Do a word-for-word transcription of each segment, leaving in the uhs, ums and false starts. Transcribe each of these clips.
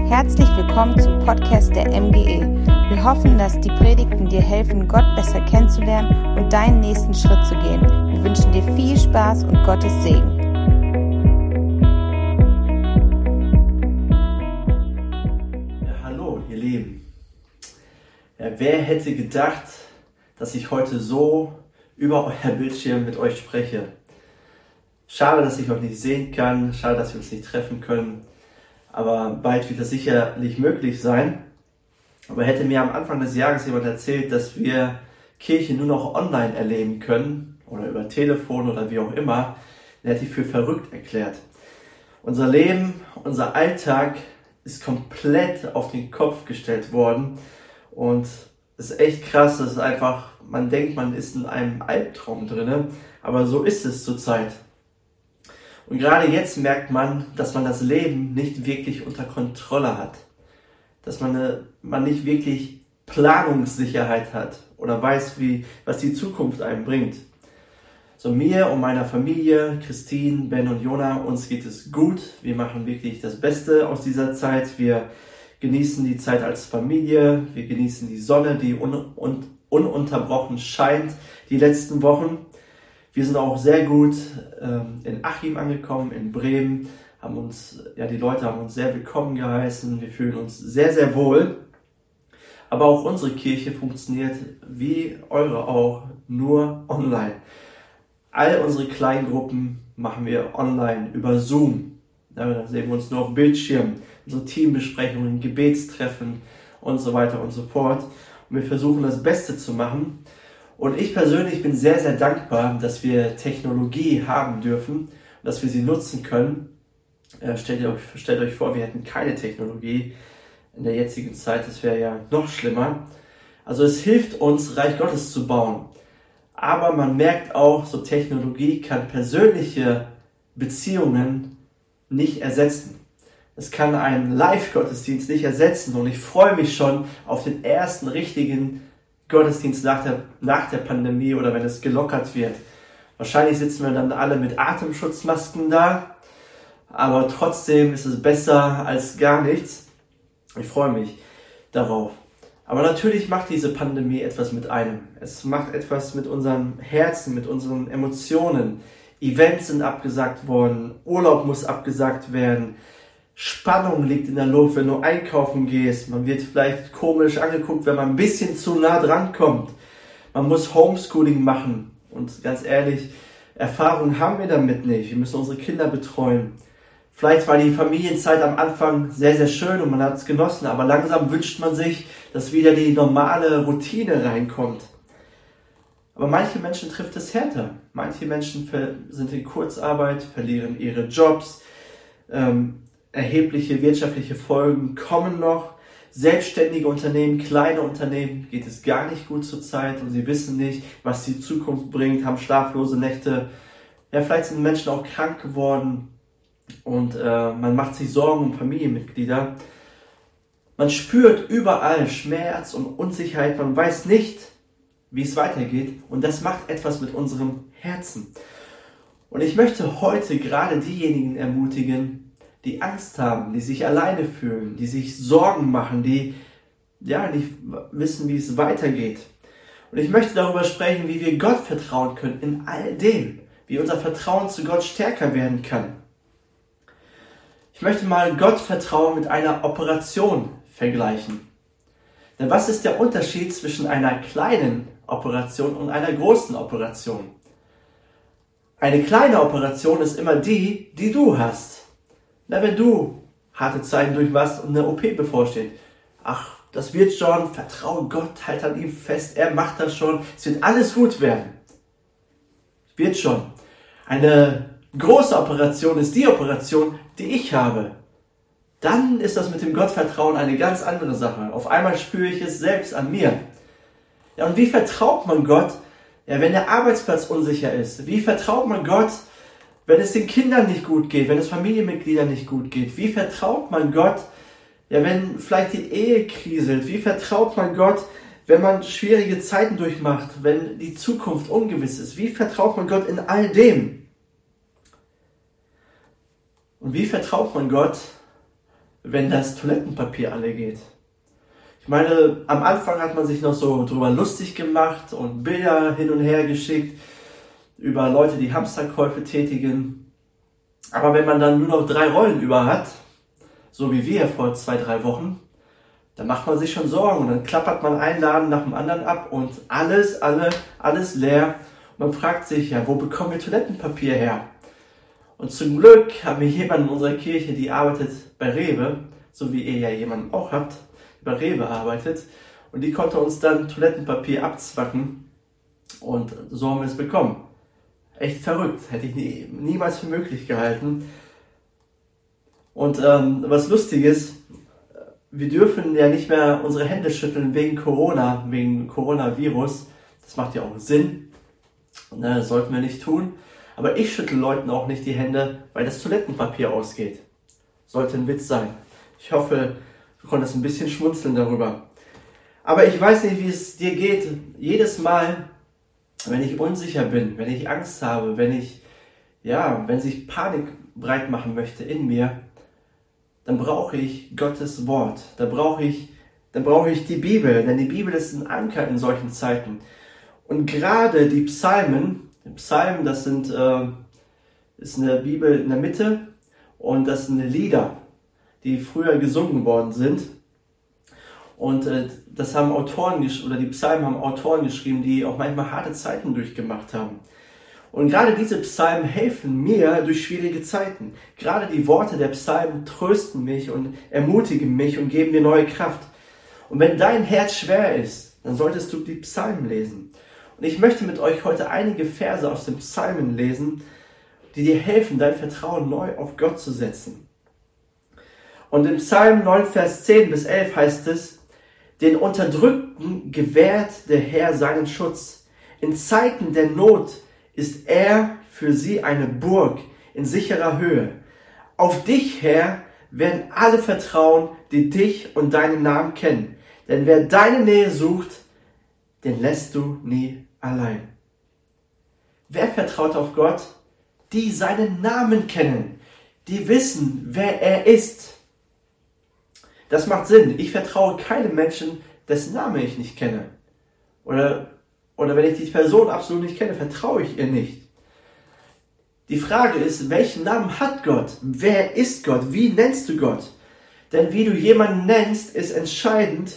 Herzlich willkommen zum Podcast der M G E. Wir hoffen, dass die Predigten dir helfen, Gott besser kennenzulernen und deinen nächsten Schritt zu gehen. Wir wünschen dir viel Spaß und Gottes Segen. Ja, hallo, ihr Lieben. Ja, wer hätte gedacht, dass ich heute so über euer Bildschirm mit euch spreche? Schade, dass ich euch nicht sehen kann, schade, dass wir uns nicht treffen können. Aber bald wird das sicherlich möglich sein. Aber hätte mir am Anfang des Jahres jemand erzählt, dass wir Kirche nur noch online erleben können oder über Telefon oder wie auch immer, der hätte ich für verrückt erklärt. Unser Leben, unser Alltag ist komplett auf den Kopf gestellt worden und es ist echt krass, dass es einfach, man denkt, man ist in einem Albtraum drinne, aber so ist es zurzeit. Und gerade jetzt merkt man, dass man das Leben nicht wirklich unter Kontrolle hat. Dass man, eine, man nicht wirklich Planungssicherheit hat oder weiß, wie, was die Zukunft einem bringt. So mir und meiner Familie, Christine, Ben und Jona, uns geht es gut. Wir machen wirklich das Beste aus dieser Zeit. Wir genießen die Zeit als Familie. Wir genießen die Sonne, die un, un, ununterbrochen scheint die letzten Wochen. Wir sind auch sehr gut ähm, in Achim angekommen, in Bremen, haben uns, ja, die Leute haben uns sehr willkommen geheißen, wir fühlen uns sehr, sehr wohl. Aber auch unsere Kirche funktioniert, wie eure auch, nur online. All unsere Kleingruppen machen wir online über Zoom. Ja, da sehen wir uns nur auf Bildschirm, unsere Teambesprechungen, Gebetstreffen und so weiter und so fort. Und wir versuchen das Beste zu machen. Und ich persönlich bin sehr, sehr dankbar, dass wir Technologie haben dürfen und dass wir sie nutzen können. Äh, stellt, ihr euch, stellt euch vor, wir hätten keine Technologie in der jetzigen Zeit, das wäre ja noch schlimmer. Also es hilft uns, Reich Gottes zu bauen. Aber man merkt auch, so Technologie kann persönliche Beziehungen nicht ersetzen. Es kann einen Live-Gottesdienst nicht ersetzen und ich freue mich schon auf den ersten richtigen Gottesdienst nach der, nach der Pandemie oder wenn es gelockert wird. Wahrscheinlich sitzen wir dann alle mit Atemschutzmasken da, aber trotzdem ist es besser als gar nichts. Ich freue mich darauf. Aber natürlich macht diese Pandemie etwas mit einem. Es macht etwas mit unserem Herzen, mit unseren Emotionen. Events sind abgesagt worden, Urlaub muss abgesagt werden. Spannung liegt in der Luft, wenn du einkaufen gehst. Man wird vielleicht komisch angeguckt, wenn man ein bisschen zu nah dran kommt. Man muss Homeschooling machen. Und ganz ehrlich, Erfahrung haben wir damit nicht. Wir müssen unsere Kinder betreuen. Vielleicht war die Familienzeit am Anfang sehr, sehr schön und man hat es genossen. Aber langsam wünscht man sich, dass wieder die normale Routine reinkommt. Aber manche Menschen trifft es härter. Manche Menschen sind in Kurzarbeit, verlieren ihre Jobs. Ähm, Erhebliche wirtschaftliche Folgen kommen noch. Selbstständige Unternehmen, kleine Unternehmen geht es gar nicht gut zurzeit und sie wissen nicht, was die Zukunft bringt, haben schlaflose Nächte. Ja, vielleicht sind Menschen auch krank geworden und äh, man macht sich Sorgen um Familienmitglieder. Man spürt überall Schmerz und Unsicherheit, man weiß nicht, wie es weitergeht und das macht etwas mit unserem Herzen. Und ich möchte heute gerade diejenigen ermutigen, die Angst haben, die sich alleine fühlen, die sich Sorgen machen, die ja nicht wissen, wie es weitergeht. Und ich möchte darüber sprechen, wie wir Gott vertrauen können in all dem, wie unser Vertrauen zu Gott stärker werden kann. Ich möchte mal Gott vertrauen mit einer Operation vergleichen. Denn was ist der Unterschied zwischen einer kleinen Operation und einer großen Operation? Eine kleine Operation ist immer die, die du hast. Na, wenn du harte Zeiten durchmachst und eine O P bevorsteht. Ach, das wird schon, vertraue Gott, halt an ihm fest, er macht das schon, es wird alles gut werden. Es wird schon. Eine große Operation ist die Operation, die ich habe. Dann ist das mit dem Gottvertrauen eine ganz andere Sache. Auf einmal spüre ich es selbst an mir. Ja, und wie vertraut man Gott, ja, wenn der Arbeitsplatz unsicher ist? Wie vertraut man Gott, wenn es den Kindern nicht gut geht, wenn es Familienmitgliedern nicht gut geht? Wie vertraut man Gott, ja, wenn vielleicht die Ehe kriselt? Wie vertraut man Gott, wenn man schwierige Zeiten durchmacht, wenn die Zukunft ungewiss ist? Wie vertraut man Gott in all dem? Und wie vertraut man Gott, wenn das Toilettenpapier alle geht. Ich meine, am Anfang hat man sich noch so drüber lustig gemacht und Bilder hin und her geschickt über Leute, die Hamsterkäufe tätigen. Aber wenn man dann nur noch drei Rollen über hat, so wie wir vor zwei, drei Wochen, dann macht man sich schon Sorgen und dann klappert man einen Laden nach dem anderen ab und alles, alle, alles leer. Und man fragt sich, ja, wo bekommen wir Toilettenpapier her? Und zum Glück haben wir jemanden in unserer Kirche, die arbeitet bei Rewe, so wie ihr ja jemanden auch habt, bei Rewe arbeitet. Und die konnte uns dann Toilettenpapier abzwacken und so haben wir es bekommen. Echt verrückt, hätte ich nie, niemals für möglich gehalten. Und ähm, was lustig ist, wir dürfen ja nicht mehr unsere Hände schütteln wegen Corona, wegen Coronavirus. Das macht ja auch Sinn. Und, äh, das sollten wir nicht tun. Aber ich schüttle Leuten auch nicht die Hände, weil das Toilettenpapier ausgeht. Sollte ein Witz sein. Ich hoffe, du konntest ein bisschen schmunzeln darüber. Aber ich weiß nicht, wie es dir geht. Jedes Mal, wenn ich unsicher bin, wenn ich Angst habe, wenn ich, ja, wenn sich Panik breit machen möchte in mir, dann brauche ich Gottes Wort. Da brauche ich, dann brauche ich die Bibel, denn die Bibel ist ein Anker in solchen Zeiten. Und gerade die Psalmen, die Psalmen, das sind, äh, ist eine Bibel in der Mitte und das sind Lieder, die früher gesungen worden sind. Und äh, das haben Autoren gesch- oder die Psalmen haben Autoren geschrieben, die auch manchmal harte Zeiten durchgemacht haben. Und gerade diese Psalmen helfen mir durch schwierige Zeiten. Gerade die Worte der Psalmen trösten mich und ermutigen mich und geben mir neue Kraft. Und wenn dein Herz schwer ist, dann solltest du die Psalmen lesen. Und ich möchte mit euch heute einige Verse aus den Psalmen lesen, die dir helfen, dein Vertrauen neu auf Gott zu setzen. Und im Psalm neun, Vers zehn bis elf heißt es: Den Unterdrückten gewährt der Herr seinen Schutz. In Zeiten der Not ist er für sie eine Burg in sicherer Höhe. Auf dich, Herr, werden alle vertrauen, die dich und deinen Namen kennen. Denn wer deine Nähe sucht, den lässt du nie allein. Wer vertraut auf Gott? Die seinen Namen kennen, die wissen, wer er ist. Das macht Sinn. Ich vertraue keinem Menschen, dessen Name ich nicht kenne. Oder Oder wenn ich die Person absolut nicht kenne, vertraue ich ihr nicht. Die Frage ist, welchen Namen hat Gott? Wer ist Gott? Wie nennst du Gott? Denn wie du jemanden nennst, ist entscheidend,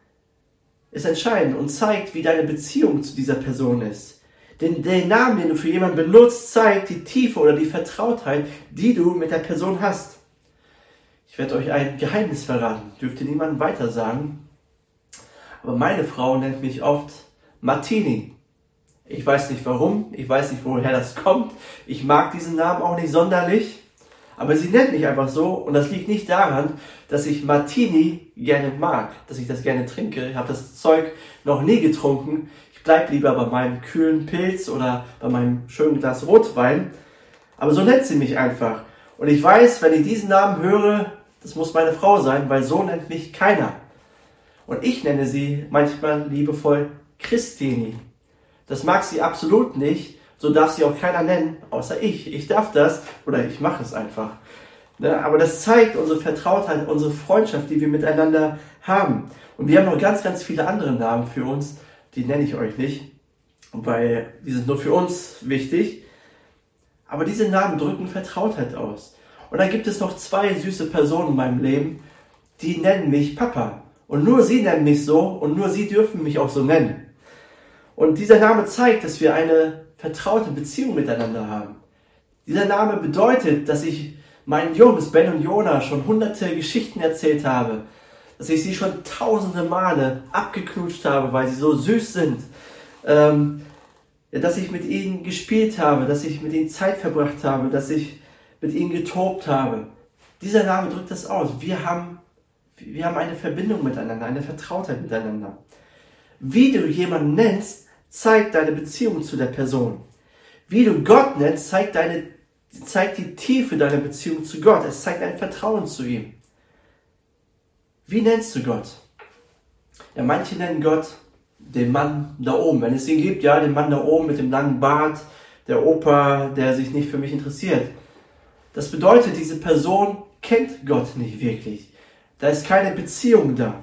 ist entscheidend und zeigt, wie deine Beziehung zu dieser Person ist. Denn der Name, den du für jemanden benutzt, zeigt die Tiefe oder die Vertrautheit, die du mit der Person hast. Ich werde euch ein Geheimnis verraten, dürft ihr niemandem weiter sagen. Aber meine Frau nennt mich oft Martini. Ich weiß nicht warum, ich weiß nicht, woher das kommt. Ich mag diesen Namen auch nicht sonderlich, aber sie nennt mich einfach so und das liegt nicht daran, dass ich Martini gerne mag, dass ich das gerne trinke. Ich habe das Zeug noch nie getrunken. Ich bleibe lieber bei meinem kühlen Pilz oder bei meinem schönen Glas Rotwein. Aber so nennt sie mich einfach. Und ich weiß, wenn ich diesen Namen höre, das muss meine Frau sein, weil so nennt mich keiner. Und ich nenne sie manchmal liebevoll Christini. Das mag sie absolut nicht, so darf sie auch keiner nennen, außer ich. Ich darf das oder ich mache es einfach. Ne? Aber das zeigt unsere Vertrautheit, unsere Freundschaft, die wir miteinander haben. Und wir haben noch ganz, ganz viele andere Namen für uns, die nenne ich euch nicht, weil die sind nur für uns wichtig. Aber diese Namen drücken Vertrautheit aus. Und dann gibt es noch zwei süße Personen in meinem Leben, die nennen mich Papa. Und nur sie nennen mich so und nur sie dürfen mich auch so nennen. Und dieser Name zeigt, dass wir eine vertraute Beziehung miteinander haben. Dieser Name bedeutet, dass ich meinen Jungs, Ben und Jona, schon hunderte Geschichten erzählt habe. Dass ich sie schon tausende Male abgeknutscht habe, weil sie so süß sind. Ähm, dass ich mit ihnen gespielt habe, dass ich mit ihnen Zeit verbracht habe, dass ich mit ihnen getobt habe. Dieser Name drückt das aus. Wir haben, wir haben eine Verbindung miteinander, eine Vertrautheit miteinander. Wie du jemanden nennst, zeigt deine Beziehung zu der Person. Wie du Gott nennst, zeigt, deine, zeigt die Tiefe deiner Beziehung zu Gott. Es zeigt dein Vertrauen zu ihm. Wie nennst du Gott? Ja, manche nennen Gott den Mann da oben. Wenn es ihn gibt, ja, den Mann da oben mit dem langen Bart, der Opa, der sich nicht für mich interessiert. Das bedeutet, diese Person kennt Gott nicht wirklich. Da ist keine Beziehung da.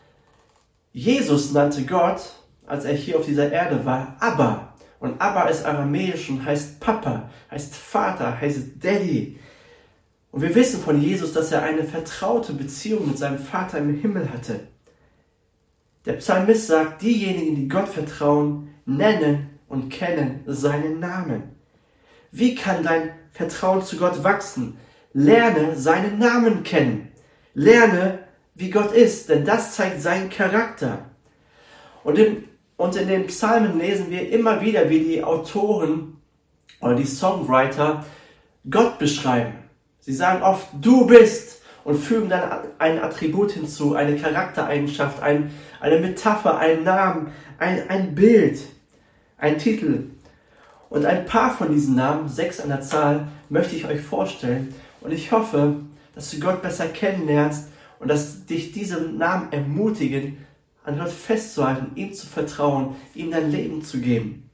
Jesus nannte Gott, als er hier auf dieser Erde war, Abba. Und Abba ist aramäisch und heißt Papa, heißt Vater, heißt Daddy. Und wir wissen von Jesus, dass er eine vertraute Beziehung mit seinem Vater im Himmel hatte. Der Psalmist sagt, diejenigen, die Gott vertrauen, nennen und kennen seinen Namen. Wie kann dein Vertrauen zu Gott wachsen? Lerne seinen Namen kennen. Lerne, wie Gott ist, denn das zeigt seinen Charakter. Und in, und in den Psalmen lesen wir immer wieder, wie die Autoren oder die Songwriter Gott beschreiben. Sie sagen oft, du bist, und fügen dann ein Attribut hinzu, eine Charaktereigenschaft, ein, eine Metapher, einen Namen, ein, ein Bild, ein Titel. Und ein paar von diesen Namen, sechs an der Zahl, möchte ich euch vorstellen. Und ich hoffe, dass du Gott besser kennenlernst und dass dich diese Namen ermutigen, an Gott festzuhalten, ihm zu vertrauen, ihm dein Leben zu geben.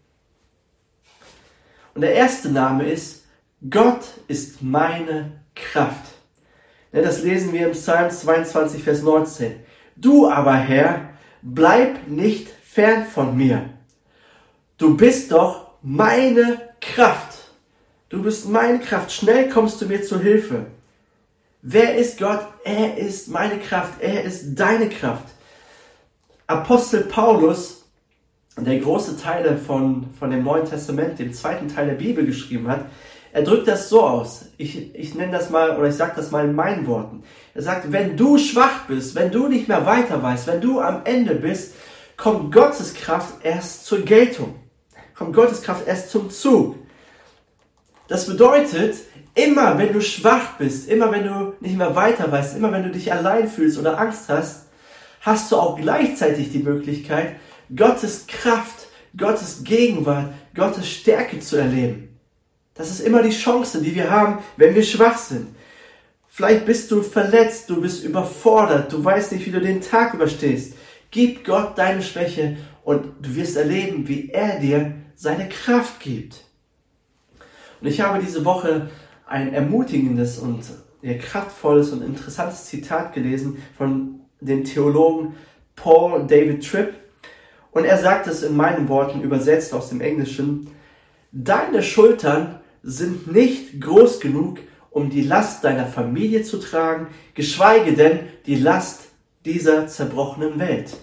Und der erste Name ist, Gott ist meine Kraft. Das lesen wir im Psalm zweiundzwanzig, Vers neunzehn. Du aber, Herr, bleib nicht fern von mir. Du bist doch meine Kraft. Du bist meine Kraft. Schnell kommst du mir zur Hilfe. Wer ist Gott? Er ist meine Kraft. Er ist deine Kraft. Apostel Paulus, der große Teile von, von dem Neuen Testament, dem zweiten Teil der Bibel geschrieben hat, er drückt das so aus. Ich, ich nenne das mal, oder ich sage das mal in meinen Worten. Er sagt, wenn du schwach bist, wenn du nicht mehr weiter weißt, wenn du am Ende bist, kommt Gottes Kraft erst zur Geltung. Kommt Gottes Kraft erst zum Zug. Das bedeutet, immer wenn du schwach bist, immer wenn du nicht mehr weiter weißt, immer wenn du dich allein fühlst oder Angst hast, hast du auch gleichzeitig die Möglichkeit, Gottes Kraft, Gottes Gegenwart, Gottes Stärke zu erleben. Das ist immer die Chance, die wir haben, wenn wir schwach sind. Vielleicht bist du verletzt, du bist überfordert, du weißt nicht, wie du den Tag überstehst. Gib Gott deine Schwäche und du wirst erleben, wie er dir seine Kraft gibt. Und ich habe diese Woche ein ermutigendes und kraftvolles und interessantes Zitat gelesen von dem Theologen Paul David Tripp. Und er sagt es in meinen Worten übersetzt aus dem Englischen: Deine Schultern sind nicht groß genug, um die Last deiner Familie zu tragen, geschweige denn die Last dieser zerbrochenen Welt.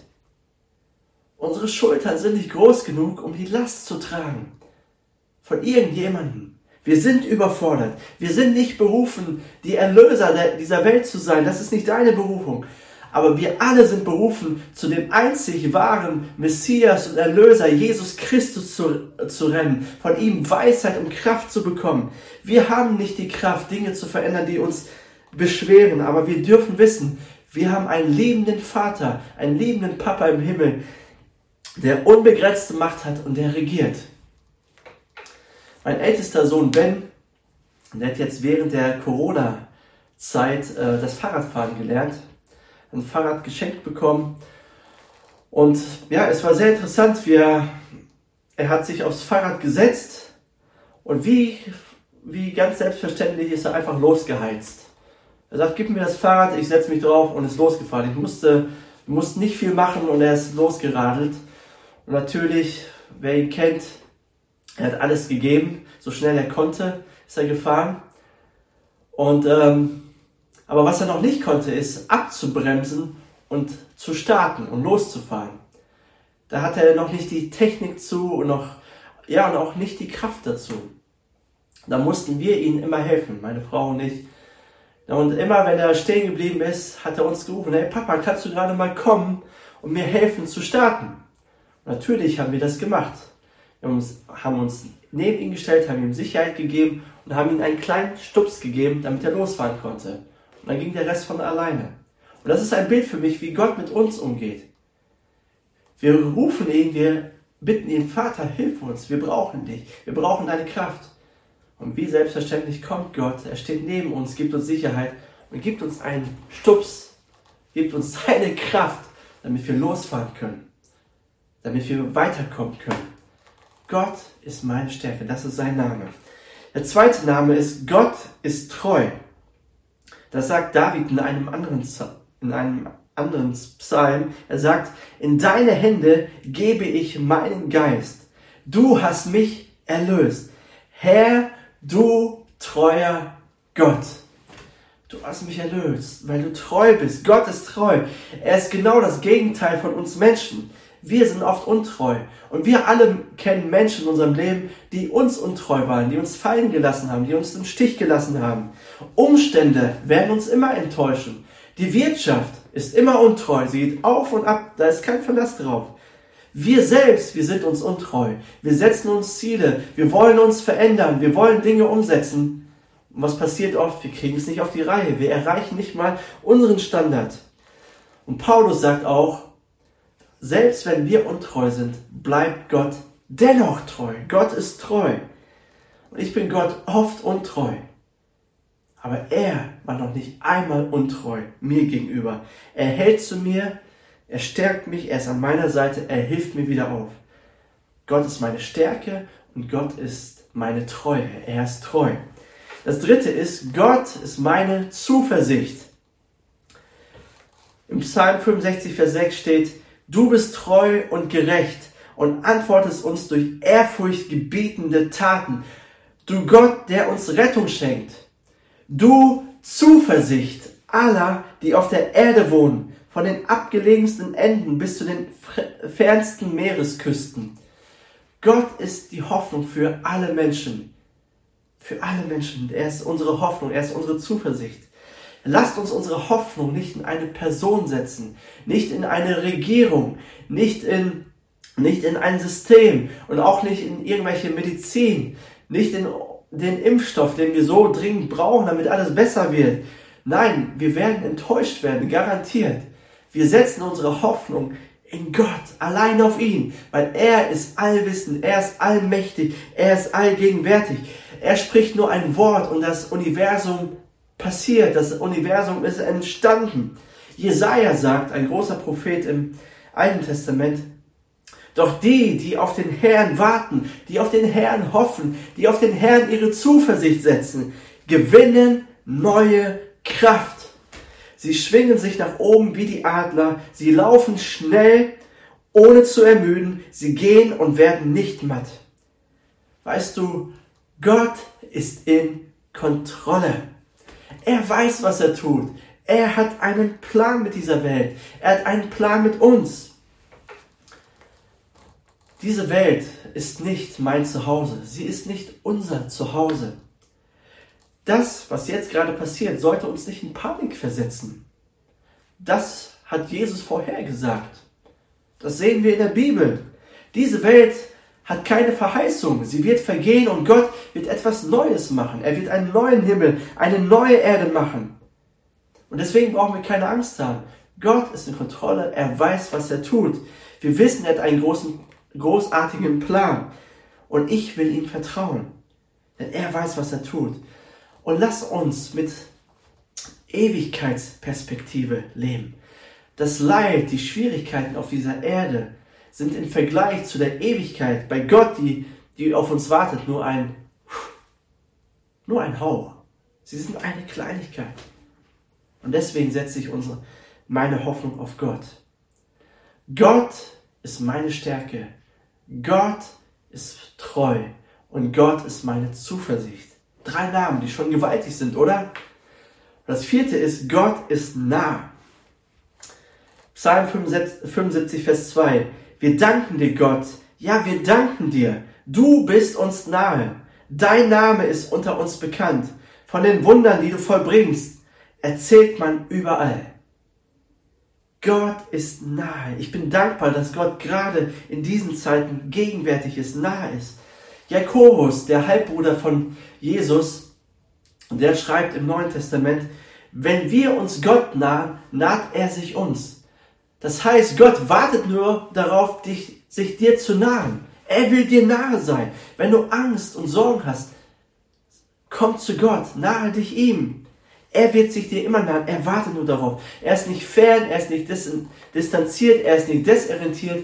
Unsere Schultern sind nicht groß genug, um die Last zu tragen von irgendjemandem. Wir sind überfordert. Wir sind nicht berufen, die Erlöser dieser Welt zu sein. Das ist nicht deine Berufung. Aber wir alle sind berufen, zu dem einzig wahren Messias und Erlöser Jesus Christus zu, zu rennen, von ihm Weisheit und Kraft zu bekommen. Wir haben nicht die Kraft, Dinge zu verändern, die uns beschweren, aber wir dürfen wissen, wir haben einen liebenden Vater, einen liebenden Papa im Himmel, der unbegrenzte Macht hat und der regiert. Mein ältester Sohn Ben, der hat jetzt während der Corona-Zeit äh, das Fahrradfahren gelernt, ein Fahrrad geschenkt bekommen. Und ja, es war sehr interessant. Wir, er hat sich aufs Fahrrad gesetzt und wie, wie ganz selbstverständlich ist er einfach losgeheizt. Er sagt, gib mir das Fahrrad, ich setze mich drauf und ist losgefahren. Ich musste, musste nicht viel machen und er ist losgeradelt. Und natürlich, wer ihn kennt, er hat alles gegeben. So schnell er konnte, ist er gefahren. Und ähm, Aber was er noch nicht konnte, ist abzubremsen und zu starten und loszufahren. Da hatte er noch nicht die Technik zu und, noch, ja, und auch nicht die Kraft dazu. Da mussten wir ihm immer helfen, meine Frau und ich. Und immer wenn er stehen geblieben ist, hat er uns gerufen, hey Papa, kannst du gerade mal kommen und mir helfen zu starten? Und natürlich haben wir das gemacht. Wir haben uns, haben uns neben ihn gestellt, haben ihm Sicherheit gegeben und haben ihm einen kleinen Stups gegeben, damit er losfahren konnte. Und dann ging der Rest von alleine. Und das ist ein Bild für mich, wie Gott mit uns umgeht. Wir rufen ihn, wir bitten ihn, Vater, hilf uns, wir brauchen dich, wir brauchen deine Kraft. Und wie selbstverständlich kommt Gott, er steht neben uns, gibt uns Sicherheit und gibt uns einen Stups, gibt uns seine Kraft, damit wir losfahren können, damit wir weiterkommen können. Gott ist meine Stärke, das ist sein Name. Der zweite Name ist, Gott ist treu. Das sagt David in einem anderen, in einem anderen Psalm. Er sagt, in deine Hände gebe ich meinen Geist. Du hast mich erlöst. Herr, du treuer Gott. Du hast mich erlöst, weil du treu bist. Gott ist treu. Er ist genau das Gegenteil von uns Menschen. Wir sind oft untreu. Und wir alle kennen Menschen in unserem Leben, die uns untreu waren, die uns fallen gelassen haben, die uns im Stich gelassen haben. Umstände werden uns immer enttäuschen. Die Wirtschaft ist immer untreu. Sie geht auf und ab. Da ist kein Verlass drauf. Wir selbst, wir sind uns untreu. Wir setzen uns Ziele. Wir wollen uns verändern. Wir wollen Dinge umsetzen. Und was passiert oft? Wir kriegen es nicht auf die Reihe. Wir erreichen nicht mal unseren Standard. Und Paulus sagt auch, selbst wenn wir untreu sind, bleibt Gott dennoch treu. Gott ist treu. Und ich bin Gott oft untreu. Aber er war noch nicht einmal untreu mir gegenüber. Er hält zu mir, er stärkt mich, er ist an meiner Seite, er hilft mir wieder auf. Gott ist meine Stärke und Gott ist meine Treue. Er ist treu. Das dritte ist, Gott ist meine Zuversicht. Im Psalm fünfundsechzig, Vers sechs steht, du bist treu und gerecht und antwortest uns durch ehrfurchtgebietende Taten. Du Gott, der uns Rettung schenkt. Du Zuversicht aller, die auf der Erde wohnen, von den abgelegensten Enden bis zu den fernsten Meeresküsten. Gott ist die Hoffnung für alle Menschen. Für alle Menschen. Er ist unsere Hoffnung, er ist unsere Zuversicht. Lasst uns unsere Hoffnung nicht in eine Person setzen, nicht in eine Regierung, nicht in, nicht in ein System und auch nicht in irgendwelche Medizin, nicht in den Impfstoff, den wir so dringend brauchen, damit alles besser wird. Nein, wir werden enttäuscht werden, garantiert. Wir setzen unsere Hoffnung in Gott, allein auf ihn, weil er ist allwissend, er ist allmächtig, er ist allgegenwärtig. Er spricht nur ein Wort und das Universum passiert, das Universum ist entstanden. Jesaja sagt, ein großer Prophet im Alten Testament, doch die, die auf den Herrn warten, die auf den Herrn hoffen, die auf den Herrn ihre Zuversicht setzen, gewinnen neue Kraft. Sie schwingen sich nach oben wie die Adler, sie laufen schnell, ohne zu ermüden, sie gehen und werden nicht matt. Weißt du, Gott ist in Kontrolle. Er weiß, was er tut. Er hat einen Plan mit dieser Welt. Er hat einen Plan mit uns. Diese Welt ist nicht mein Zuhause. Sie ist nicht unser Zuhause. Das, was jetzt gerade passiert, sollte uns nicht in Panik versetzen. Das hat Jesus vorhergesagt. Das sehen wir in der Bibel. Diese Welt hat keine Verheißung. Sie wird vergehen und Gott wird etwas Neues machen. Er wird einen neuen Himmel, eine neue Erde machen. Und deswegen brauchen wir keine Angst haben. Gott ist in Kontrolle. Er weiß, was er tut. Wir wissen, er hat einen großen, großartigen Plan. Und ich will ihm vertrauen. Denn er weiß, was er tut. Und lass uns mit Ewigkeitsperspektive leben. Das Leid, die Schwierigkeiten auf dieser Erde sind im Vergleich zu der Ewigkeit bei Gott, die, die auf uns wartet, nur ein, nur ein Hauch. Sie sind eine Kleinigkeit. Und deswegen setze ich unsere, meine Hoffnung auf Gott. Gott ist meine Stärke. Gott ist treu. Und Gott ist meine Zuversicht. Drei Namen, die schon gewaltig sind, oder? Das vierte ist, Gott ist nah. Psalm fünfundsiebzig, Vers zwei. Wir danken dir, Gott. Ja, wir danken dir. Du bist uns nahe. Dein Name ist unter uns bekannt. Von den Wundern, die du vollbringst, erzählt man überall. Gott ist nahe. Ich bin dankbar, dass Gott gerade in diesen Zeiten gegenwärtig ist, nahe ist. Jakobus, der Halbbruder von Jesus, der schreibt im Neuen Testament, wenn wir uns Gott nahen, naht er sich uns. Das heißt, Gott wartet nur darauf, dich, sich dir zu nahen. Er will dir nahe sein. Wenn du Angst und Sorgen hast, komm zu Gott, nahe dich ihm. Er wird sich dir immer nahen. Er wartet nur darauf. Er ist nicht fern, er ist nicht distanziert, er ist nicht desorientiert,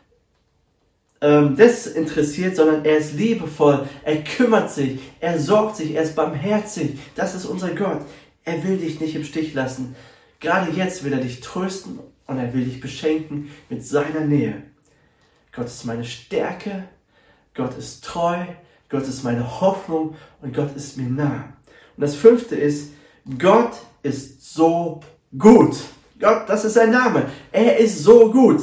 ähm, desinteressiert, sondern er ist liebevoll. Er kümmert sich, er sorgt sich, er ist barmherzig. Das ist unser Gott. Er will dich nicht im Stich lassen. Gerade jetzt will er dich trösten und er will dich beschenken mit seiner Nähe. Gott ist meine Stärke, Gott ist treu, Gott ist meine Hoffnung und Gott ist mir nah. Und das fünfte ist, Gott ist so gut. Gott, das ist sein Name. Er ist so gut.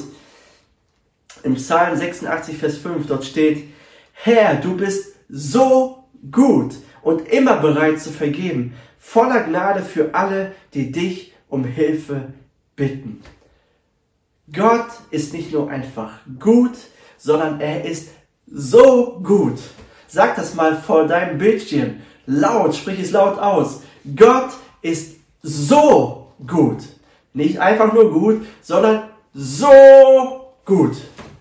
Im Psalm sechsundachtzig, Vers fünf, dort steht, Herr, du bist so gut und immer bereit zu vergeben, voller Gnade für alle, die dich um Hilfe bitten. Gott ist nicht nur einfach gut, sondern er ist so gut. Sag das mal vor deinem Bildschirm. Laut, sprich es laut aus. Gott ist so gut. Nicht einfach nur gut, sondern so gut.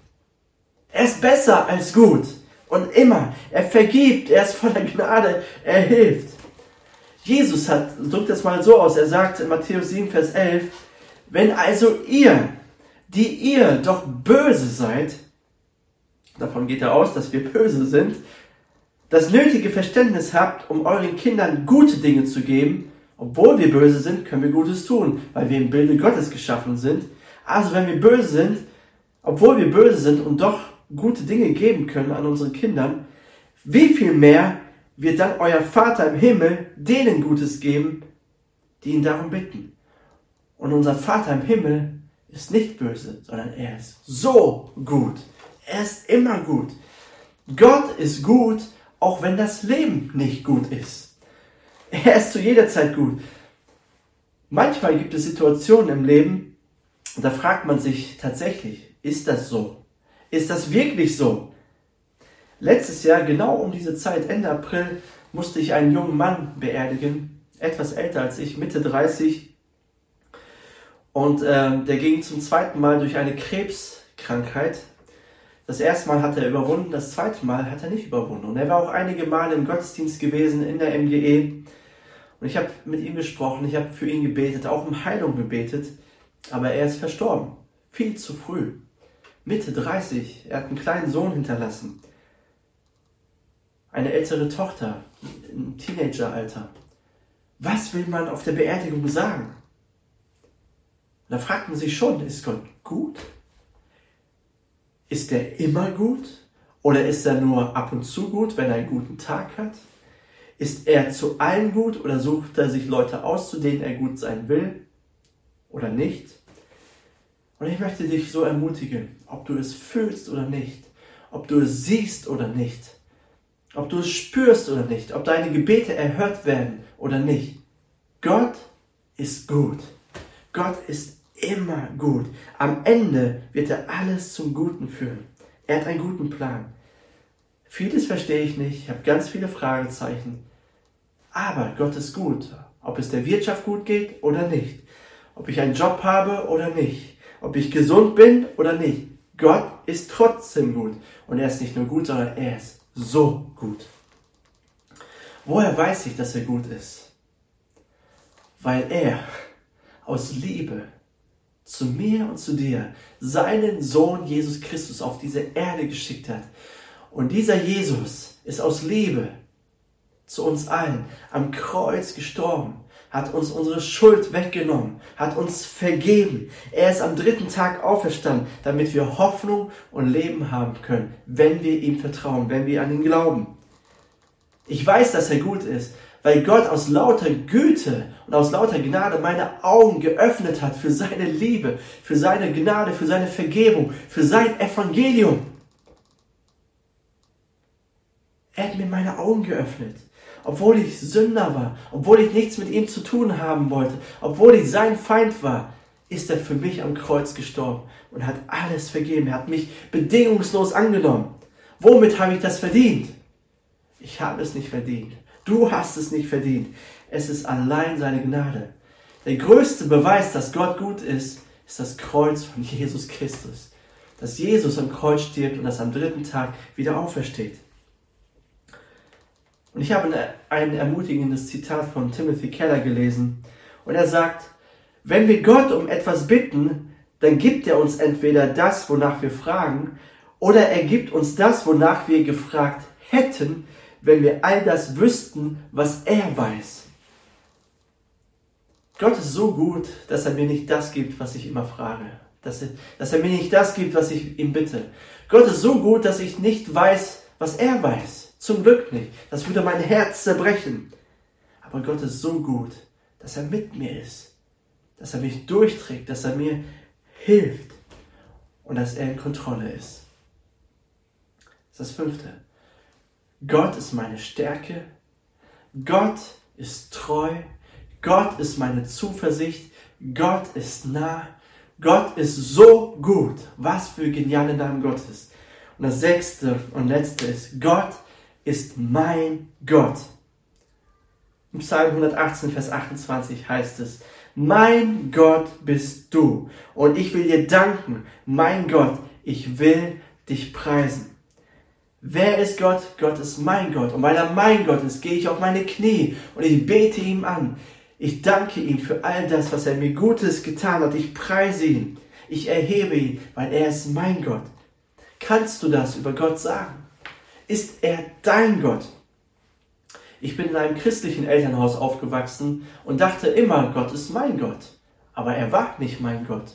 Er ist besser als gut. Und immer. Er vergibt. Er ist voller Gnade. Er hilft. Jesus hat, drückt das mal so aus. Er sagt in Matthäus sieben, Vers elf, wenn also ihr, die ihr doch böse seid, davon geht er aus, dass wir böse sind, das nötige Verständnis habt, um euren Kindern gute Dinge zu geben, obwohl wir böse sind, können wir Gutes tun, weil wir im Bilde Gottes geschaffen sind. Also wenn wir böse sind, obwohl wir böse sind und doch gute Dinge geben können an unsere Kindern, wie viel mehr wird dann euer Vater im Himmel denen Gutes geben, die ihn darum bitten. Und unser Vater im Himmel ist nicht böse, sondern er ist so gut. Er ist immer gut. Gott ist gut, auch wenn das Leben nicht gut ist. Er ist zu jeder Zeit gut. Manchmal gibt es Situationen im Leben, da fragt man sich tatsächlich, ist das so? Ist das wirklich so? Letztes Jahr, genau um diese Zeit, Ende April, musste ich einen jungen Mann beerdigen, etwas älter als ich, Mitte dreißig. Und äh, der ging zum zweiten Mal durch eine Krebskrankheit. Das erste Mal hat er überwunden, das zweite Mal hat er nicht überwunden. Und er war auch einige Male im Gottesdienst gewesen in der M G E. Und ich habe mit ihm gesprochen, ich habe für ihn gebetet, auch um Heilung gebetet. Aber er ist verstorben. Viel zu früh. Mitte dreißig. Er hat einen kleinen Sohn hinterlassen. Eine ältere Tochter im Teenageralter. Was will man auf der Beerdigung sagen? Da fragt man sich schon, ist Gott gut? Ist er immer gut? Oder ist er nur ab und zu gut, wenn er einen guten Tag hat? Ist er zu allen gut oder sucht er sich Leute aus, zu denen er gut sein will? Oder nicht? Und ich möchte dich so ermutigen, ob du es fühlst oder nicht, ob du es siehst oder nicht, ob du es spürst oder nicht, ob deine Gebete erhört werden oder nicht. Gott ist gut. Gott ist immer gut. Am Ende wird er alles zum Guten führen. Er hat einen guten Plan. Vieles verstehe ich nicht, ich habe ganz viele Fragezeichen. Aber Gott ist gut. Ob es der Wirtschaft gut geht oder nicht. Ob ich einen Job habe oder nicht. Ob ich gesund bin oder nicht. Gott ist trotzdem gut. Und er ist nicht nur gut, sondern er ist so gut. Woher weiß ich, dass er gut ist? Weil er aus Liebe zu mir und zu dir seinen Sohn Jesus Christus auf diese Erde geschickt hat. Und dieser Jesus ist aus Liebe zu uns allen am Kreuz gestorben, hat uns unsere Schuld weggenommen, hat uns vergeben. Er ist am dritten Tag auferstanden, damit wir Hoffnung und Leben haben können, wenn wir ihm vertrauen, wenn wir an ihn glauben. Ich weiß, dass er gut ist, weil Gott aus lauter Güte und aus lauter Gnade meine Augen geöffnet hat für seine Liebe, für seine Gnade, für seine Vergebung, für sein Evangelium. Er hat mir meine Augen geöffnet, obwohl ich Sünder war, obwohl ich nichts mit ihm zu tun haben wollte, obwohl ich sein Feind war, ist er für mich am Kreuz gestorben und hat alles vergeben. Er hat mich bedingungslos angenommen. Womit habe ich das verdient? Ich habe es nicht verdient. Du hast es nicht verdient. Es ist allein seine Gnade. Der größte Beweis, dass Gott gut ist, ist das Kreuz von Jesus Christus. Dass Jesus am Kreuz stirbt und dass am dritten Tag wieder aufersteht. Und ich habe ein ermutigendes Zitat von Timothy Keller gelesen. Und er sagt, wenn wir Gott um etwas bitten, dann gibt er uns entweder das, wonach wir fragen, oder er gibt uns das, wonach wir gefragt hätten, wenn wir all das wüssten, was er weiß. Gott ist so gut, dass er mir nicht das gibt, was ich immer frage. Dass er, dass er mir nicht das gibt, was ich ihm bitte. Gott ist so gut, dass ich nicht weiß, was er weiß. Zum Glück nicht. Das würde mein Herz zerbrechen. Aber Gott ist so gut, dass er mit mir ist. Dass er mich durchträgt, dass er mir hilft. Und dass er in Kontrolle ist. Das ist das Fünfte. Gott ist meine Stärke. Gott ist treu. Gott ist meine Zuversicht. Gott ist nah. Gott ist so gut. Was für geniale Namen Gottes. Und das sechste und letzte ist, Gott ist mein Gott. Im Psalm hundertachtzehn, Vers achtundzwanzig heißt es, mein Gott bist du und ich will dir danken, mein Gott, ich will dich preisen. Wer ist Gott? Gott ist mein Gott und weil er mein Gott ist, gehe ich auf meine Knie und ich bete ihm an. Ich danke ihm für all das, was er mir Gutes getan hat. Ich preise ihn, ich erhebe ihn, weil er ist mein Gott. Kannst du das über Gott sagen? Ist er dein Gott? Ich bin in einem christlichen Elternhaus aufgewachsen und dachte immer, Gott ist mein Gott. Aber er war nicht mein Gott.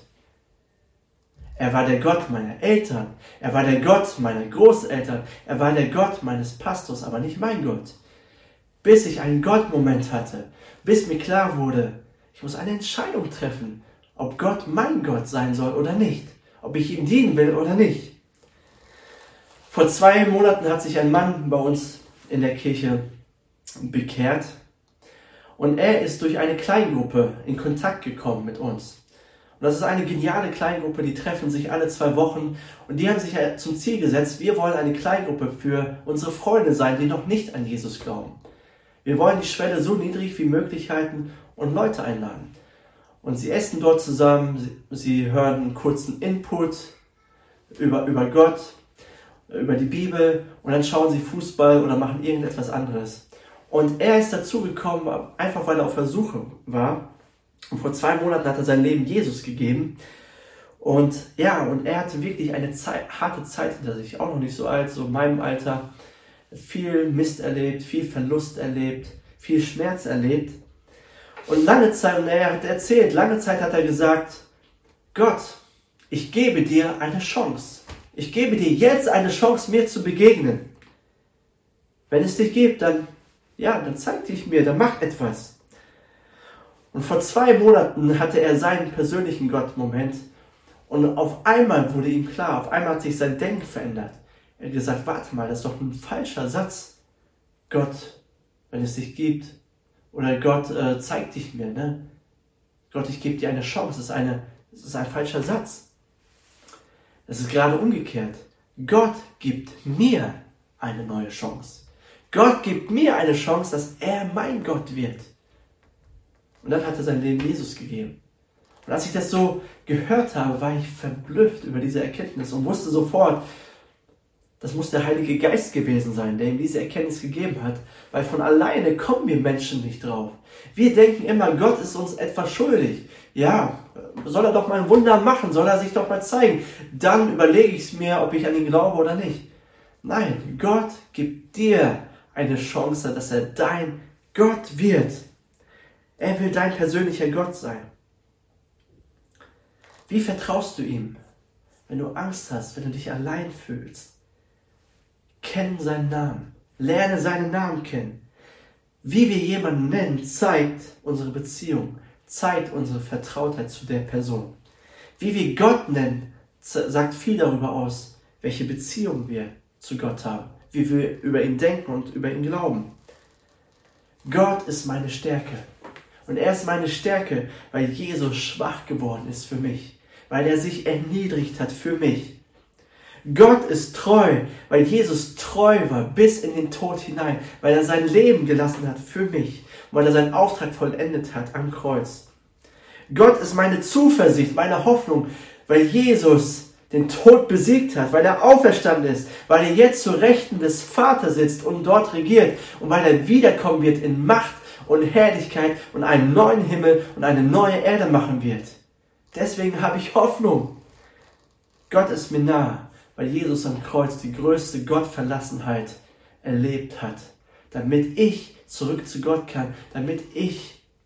Er war der Gott meiner Eltern. Er war der Gott meiner Großeltern. Er war der Gott meines Pastors, aber nicht mein Gott. Bis ich einen Gott-Moment hatte, bis mir klar wurde, ich muss eine Entscheidung treffen, ob Gott mein Gott sein soll oder nicht. Ob ich ihm dienen will oder nicht. Vor zwei Monaten hat sich ein Mann bei uns in der Kirche bekehrt und er ist durch eine Kleingruppe in Kontakt gekommen mit uns. Und das ist eine geniale Kleingruppe, die treffen sich alle zwei Wochen und die haben sich zum Ziel gesetzt, wir wollen eine Kleingruppe für unsere Freunde sein, die noch nicht an Jesus glauben. Wir wollen die Schwelle so niedrig wie möglich halten und Leute einladen. Und sie essen dort zusammen, sie, sie hören einen kurzen Input über, über Gott, über die Bibel und dann schauen sie Fußball oder machen irgendetwas anderes. Und er ist dazu gekommen, einfach weil er auf der Suche war. Und vor zwei Monaten hat er sein Leben Jesus gegeben. Und ja, und er hatte wirklich eine Zeit, harte Zeit hinter sich, auch noch nicht so alt, so in meinem Alter. Viel Mist erlebt, viel Verlust erlebt, viel Schmerz erlebt. Und lange Zeit, und er hat erzählt, lange Zeit hat er gesagt, Gott, ich gebe dir eine Chance. Ich gebe dir jetzt eine Chance, mir zu begegnen. Wenn es dich gibt, dann, ja, dann zeig dich mir, dann mach etwas. Und vor zwei Monaten hatte er seinen persönlichen Gott-Moment und auf einmal wurde ihm klar, auf einmal hat sich sein Denken verändert. Er hat gesagt, warte mal, das ist doch ein falscher Satz. Gott, wenn es dich gibt, oder Gott, äh, zeig dich mir, ne? Gott, ich gebe dir eine Chance, das ist, eine, das ist ein falscher Satz. Es ist gerade umgekehrt. Gott gibt mir eine neue Chance. Gott gibt mir eine Chance, dass er mein Gott wird. Und dann hat er sein Leben Jesus gegeben. Und als ich das so gehört habe, war ich verblüfft über diese Erkenntnis und wusste sofort, das muss der Heilige Geist gewesen sein, der ihm diese Erkenntnis gegeben hat, weil von alleine kommen wir Menschen nicht drauf. Wir denken immer, Gott ist uns etwas schuldig. Ja, soll er doch mal ein Wunder machen, soll er sich doch mal zeigen. Dann überlege ich es mir, ob ich an ihn glaube oder nicht. Nein, Gott gibt dir eine Chance, dass er dein Gott wird. Er will dein persönlicher Gott sein. Wie vertraust du ihm, wenn du Angst hast, wenn du dich allein fühlst? Kenn seinen Namen. Lerne seinen Namen kennen. Wie wir jemanden nennen, zeigt unsere Beziehung, zeigt unsere Vertrautheit zu der Person. Wie wir Gott nennen, sagt viel darüber aus, welche Beziehung wir zu Gott haben, wie wir über ihn denken und über ihn glauben. Gott ist meine Stärke. Und er ist meine Stärke, weil Jesus schwach geworden ist für mich, weil er sich erniedrigt hat für mich. Gott ist treu, weil Jesus treu war bis in den Tod hinein, weil er sein Leben gelassen hat für mich, weil er seinen Auftrag vollendet hat am Kreuz. Gott ist meine Zuversicht, meine Hoffnung, weil Jesus den Tod besiegt hat, weil er auferstanden ist, weil er jetzt zur Rechten des Vaters sitzt und dort regiert und weil er wiederkommen wird in Macht und Herrlichkeit und einen neuen Himmel und eine neue Erde machen wird. Deswegen habe ich Hoffnung. Gott ist mir nah, weil Jesus am Kreuz die größte Gottverlassenheit erlebt hat, damit ich zurück zu Gott kann, damit ich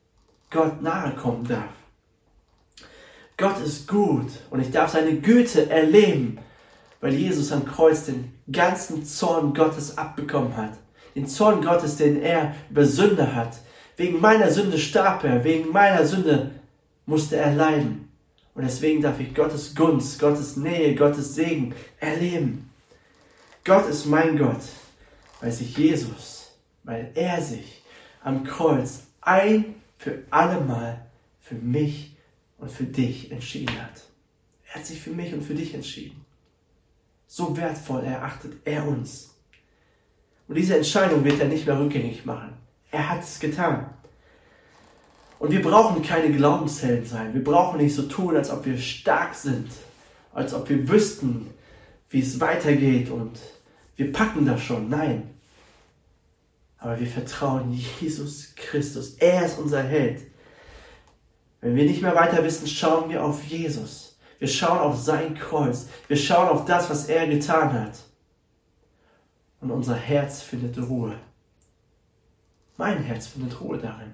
Gott nahe kommen darf. Gott ist gut und ich darf seine Güte erleben, weil Jesus am Kreuz den ganzen Zorn Gottes abbekommen hat. Den Zorn Gottes, den er über Sünde hat. Wegen meiner Sünde starb er, wegen meiner Sünde musste er leiden. Und deswegen darf ich Gottes Gunst, Gottes Nähe, Gottes Segen erleben. Gott ist mein Gott, weil sich Jesus, weil er sich am Kreuz ein für allemal für mich und für dich entschieden hat. Er hat sich für mich und für dich entschieden. So wertvoll erachtet er uns. Und diese Entscheidung wird er nicht mehr rückgängig machen. Er hat es getan. Und wir brauchen keine Glaubenshelden sein. Wir brauchen nicht so tun, als ob wir stark sind. Als ob wir wüssten, wie es weitergeht und wir packen das schon. Nein. Aber wir vertrauen Jesus Christus. Er ist unser Held. Wenn wir nicht mehr weiter wissen, schauen wir auf Jesus. Wir schauen auf sein Kreuz. Wir schauen auf das, was er getan hat. Und unser Herz findet Ruhe. Mein Herz findet Ruhe darin.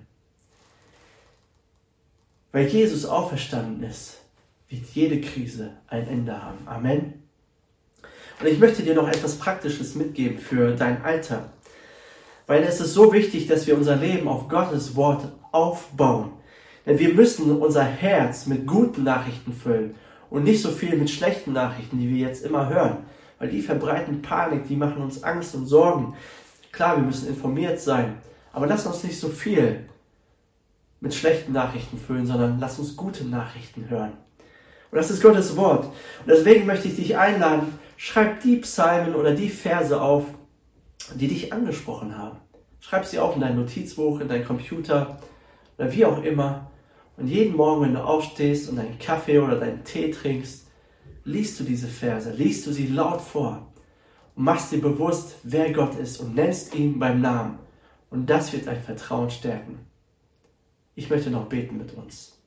Weil Jesus auferstanden ist, wird jede Krise ein Ende haben. Amen. Und ich möchte dir noch etwas Praktisches mitgeben für dein Alter. Weil es ist so wichtig, dass wir unser Leben auf Gottes Wort aufbauen. Denn wir müssen unser Herz mit guten Nachrichten füllen und nicht so viel mit schlechten Nachrichten, die wir jetzt immer hören. Weil die verbreiten Panik, die machen uns Angst und Sorgen. Klar, wir müssen informiert sein, aber lass uns nicht so viel mit schlechten Nachrichten füllen, sondern lass uns gute Nachrichten hören. Und das ist Gottes Wort. Und deswegen möchte ich dich einladen, schreib die Psalmen oder die Verse auf, die dich angesprochen haben. Schreib sie auf in dein Notizbuch, in dein Computer oder wie auch immer. Und jeden Morgen, wenn du aufstehst und deinen Kaffee oder deinen Tee trinkst, liest du diese Verse, liest du sie laut vor und machst dir bewusst, wer Gott ist und nennst ihn beim Namen. Und das wird dein Vertrauen stärken. Ich möchte noch beten mit uns.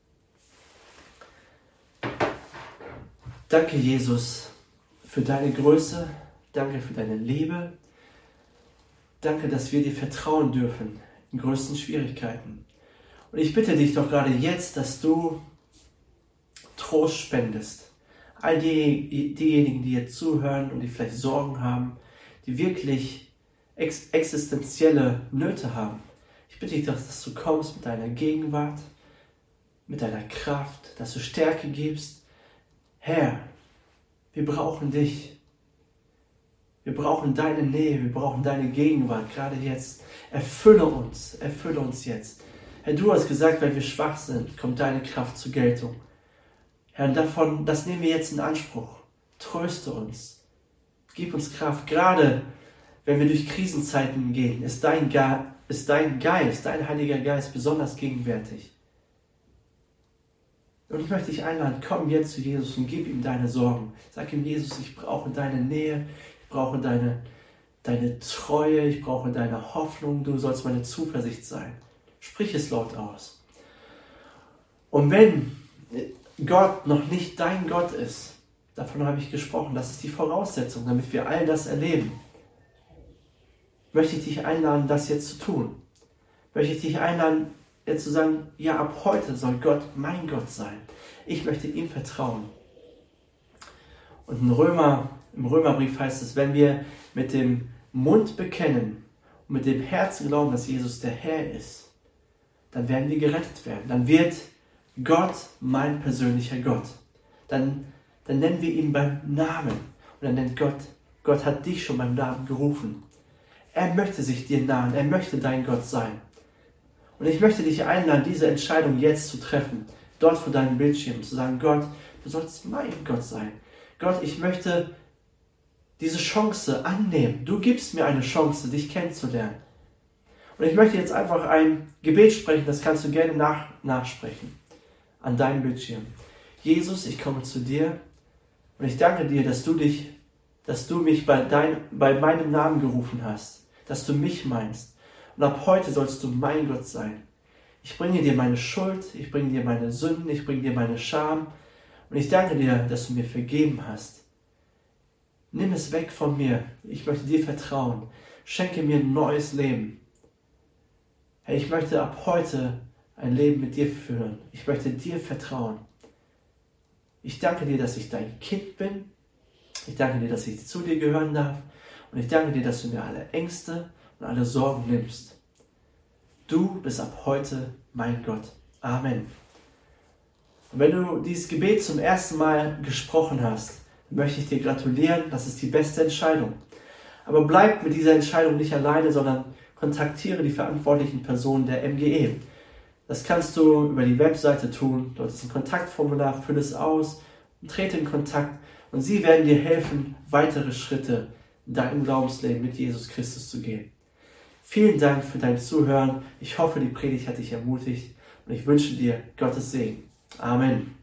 Danke, Jesus, für deine Größe. Danke für deine Liebe. Danke, dass wir dir vertrauen dürfen in größten Schwierigkeiten. Und ich bitte dich doch gerade jetzt, dass du Trost spendest. All die, diejenigen, die jetzt zuhören und die vielleicht Sorgen haben, die wirklich ex- existenzielle Nöte haben. Ich bitte dich, dass du kommst mit deiner Gegenwart, mit deiner Kraft, dass du Stärke gibst. Herr, wir brauchen dich. Wir brauchen deine Nähe, wir brauchen deine Gegenwart, gerade jetzt. Erfülle uns, erfülle uns jetzt. Herr, du hast gesagt, wenn wir schwach sind, kommt deine Kraft zur Geltung. Herr, und davon, das nehmen wir jetzt in Anspruch. Tröste uns. Gib uns Kraft. Gerade wenn wir durch Krisenzeiten gehen, ist dein, Ge- ist dein Geist, dein Heiliger Geist besonders gegenwärtig. Und ich möchte dich einladen, komm jetzt zu Jesus und gib ihm deine Sorgen. Sag ihm, Jesus, ich brauche deine Nähe, ich brauche deine, deine Treue, ich brauche deine Hoffnung, du sollst meine Zuversicht sein. Sprich es laut aus. Und wenn Gott noch nicht dein Gott ist, davon habe ich gesprochen, das ist die Voraussetzung, damit wir all das erleben, möchte ich dich einladen, das jetzt zu tun. Möchte ich dich einladen, jetzt zu sagen, ja, ab heute soll Gott mein Gott sein. Ich möchte ihm vertrauen. Und in Römer, im Römerbrief heißt es, wenn wir mit dem Mund bekennen und mit dem Herzen glauben, dass Jesus der Herr ist, dann werden wir gerettet werden. Dann wird Gott mein persönlicher Gott. Dann, dann nennen wir ihn beim Namen. Und dann nennt Gott, Gott hat dich schon beim Namen gerufen. Er möchte sich dir nahen. Er möchte dein Gott sein. Und ich möchte dich einladen, diese Entscheidung jetzt zu treffen. Dort vor deinem Bildschirm zu sagen, Gott, du sollst mein Gott sein. Gott, ich möchte diese Chance annehmen. Du gibst mir eine Chance, dich kennenzulernen. Und ich möchte jetzt einfach ein Gebet sprechen, das kannst du gerne nach, nachsprechen. An deinem Bildschirm. Jesus, ich komme zu dir und ich danke dir, dass du dich, dass du mich bei, dein, bei meinem Namen gerufen hast, dass du mich meinst. Und ab heute sollst du mein Gott sein. Ich bringe dir meine Schuld, ich bringe dir meine Sünden, ich bringe dir meine Scham und ich danke dir, dass du mir vergeben hast. Nimm es weg von mir, ich möchte dir vertrauen. Schenke mir ein neues Leben. Herr, ich möchte ab heute ein Leben mit dir führen. Ich möchte dir vertrauen. Ich danke dir, dass ich dein Kind bin. Ich danke dir, dass ich zu dir gehören darf. Und ich danke dir, dass du mir alle Ängste und alle Sorgen nimmst. Du bist ab heute mein Gott. Amen. Und wenn du dieses Gebet zum ersten Mal gesprochen hast, möchte ich dir gratulieren. Das ist die beste Entscheidung. Aber bleib mit dieser Entscheidung nicht alleine, sondern kontaktiere die verantwortlichen Personen der M G E. Das kannst du über die Webseite tun. Dort ist ein Kontaktformular, fülle es aus und trete in Kontakt. Und sie werden dir helfen, weitere Schritte in deinem Glaubensleben mit Jesus Christus zu gehen. Vielen Dank für dein Zuhören. Ich hoffe, die Predigt hat dich ermutigt und ich wünsche dir Gottes Segen. Amen.